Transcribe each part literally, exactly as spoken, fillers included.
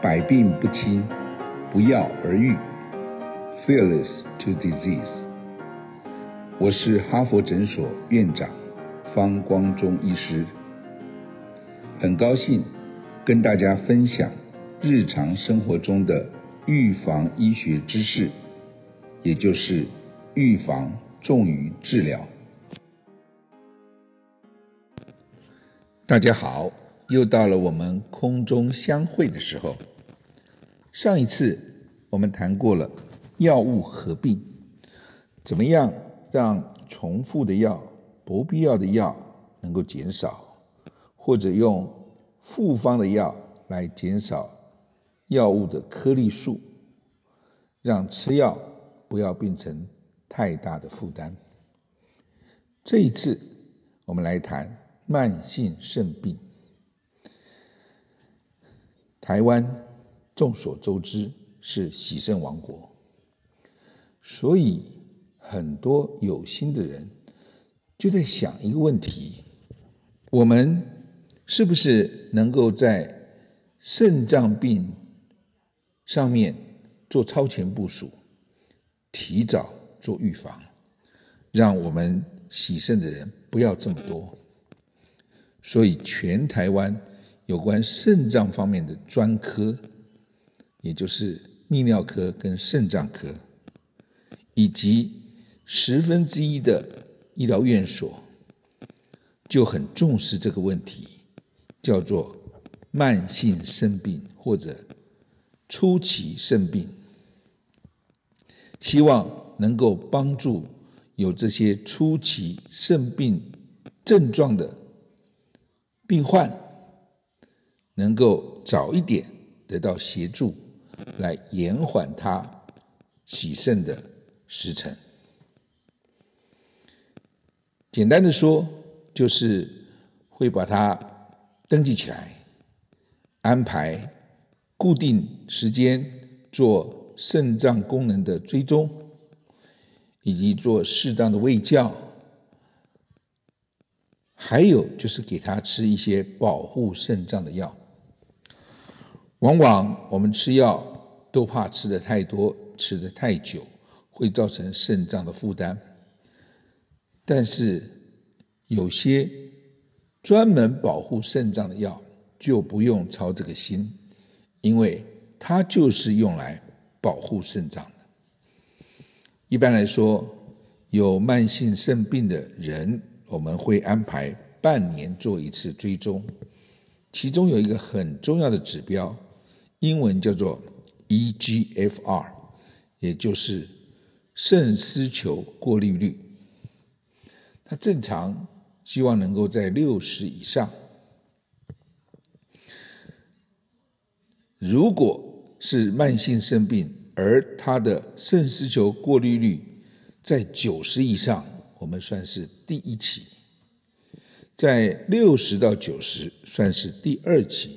百病不侵，不药而愈 Fearless to Disease。 我是哈佛诊所院长方光宗医师，很高兴跟大家分享日常生活中的预防医学知识，也就是预防重于治疗。大家好，又到了我们空中相会的时候。上一次我们谈过了药物合并，怎么样让重复的药、不必要的药能够减少，或者用复方的药来减少药物的颗粒数，让吃药不要变成太大的负担。这一次我们来谈慢性肾病。台湾众所周知是洗肾王国，所以很多有心的人就在想一个问题：我们是不是能够在肾脏病上面做超前部署，提早做预防，让我们洗肾的人不要这么多？所以全台湾有关肾脏方面的专科，也就是泌尿科跟肾脏科，以及十分之一的医疗院所，就很重视这个问题，叫做慢性肾病或者初期肾病，希望能够帮助有这些初期肾病症状的病患能够早一点得到协助，来延缓他洗肾的时程。简单的说，就是会把它登记起来，安排固定时间做肾脏功能的追踪，以及做适当的卫教，还有就是给他吃一些保护肾脏的药。往往我们吃药都怕吃得太多，吃得太久，会造成肾脏的负担。但是有些专门保护肾脏的药就不用操这个心，因为它就是用来保护肾脏的。一般来说，有慢性肾病的人，我们会安排半年做一次追踪，其中有一个很重要的指标，英文叫做 E G F R， 也就是肾丝球过滤率。它正常希望能够在六十以上，如果是慢性肾病，而它的肾丝球过滤率在九十以上，我们算是第一期；在六十到九十算是第二期；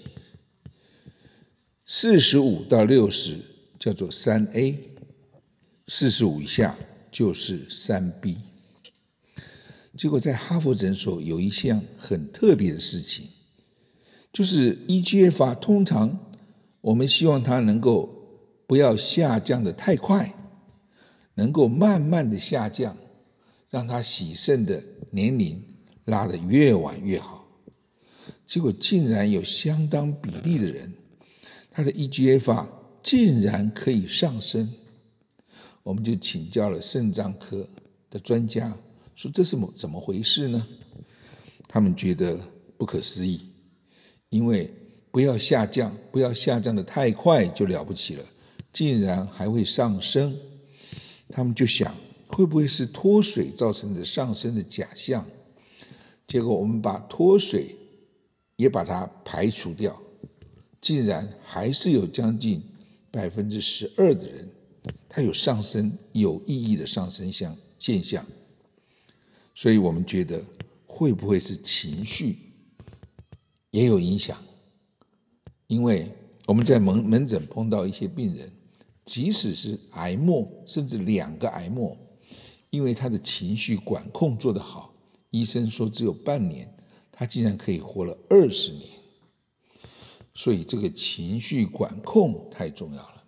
四十五到六十叫做三 A， 四十五以下就是三 B。 结果在哈佛诊所有一项很特别的事情，就是 E G F R 通常我们希望它能够不要下降的太快，能够慢慢的下降，让它洗肾的年龄拉得越晚越好。结果竟然有相当比例的人，他的 E G F R 竟然可以上升。我们就请教了肾脏科的专家，说这是怎么回事呢？他们觉得不可思议，因为不要下降，不要下降的太快就了不起了，竟然还会上升。他们就想，会不会是脱水造成的上升的假象？结果我们把脱水也把它排除掉，竟然还是有将近 百分之十二 的人，它有上升，有意义的上升现象。所以我们觉得会不会是情绪也有影响？因为我们在门门诊碰到一些病人，即使是癌末，甚至两个癌末，因为他的情绪管控做得好，医生说只有半年，他竟然可以活了二十年。 所以这个情绪管控太重要了。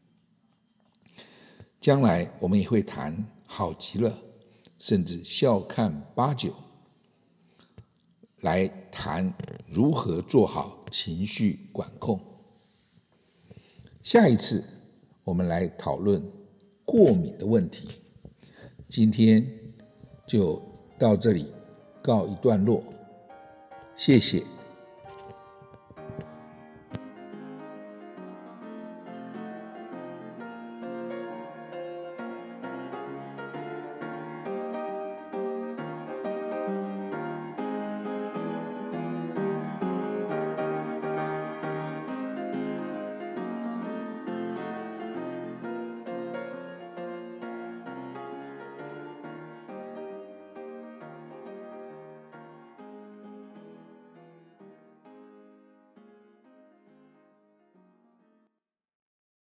将来我们也会谈好极了，甚至笑看八九，来谈如何做好情绪管控。下一次我们来讨论过敏的问题。今天就到这里告一段落，谢谢。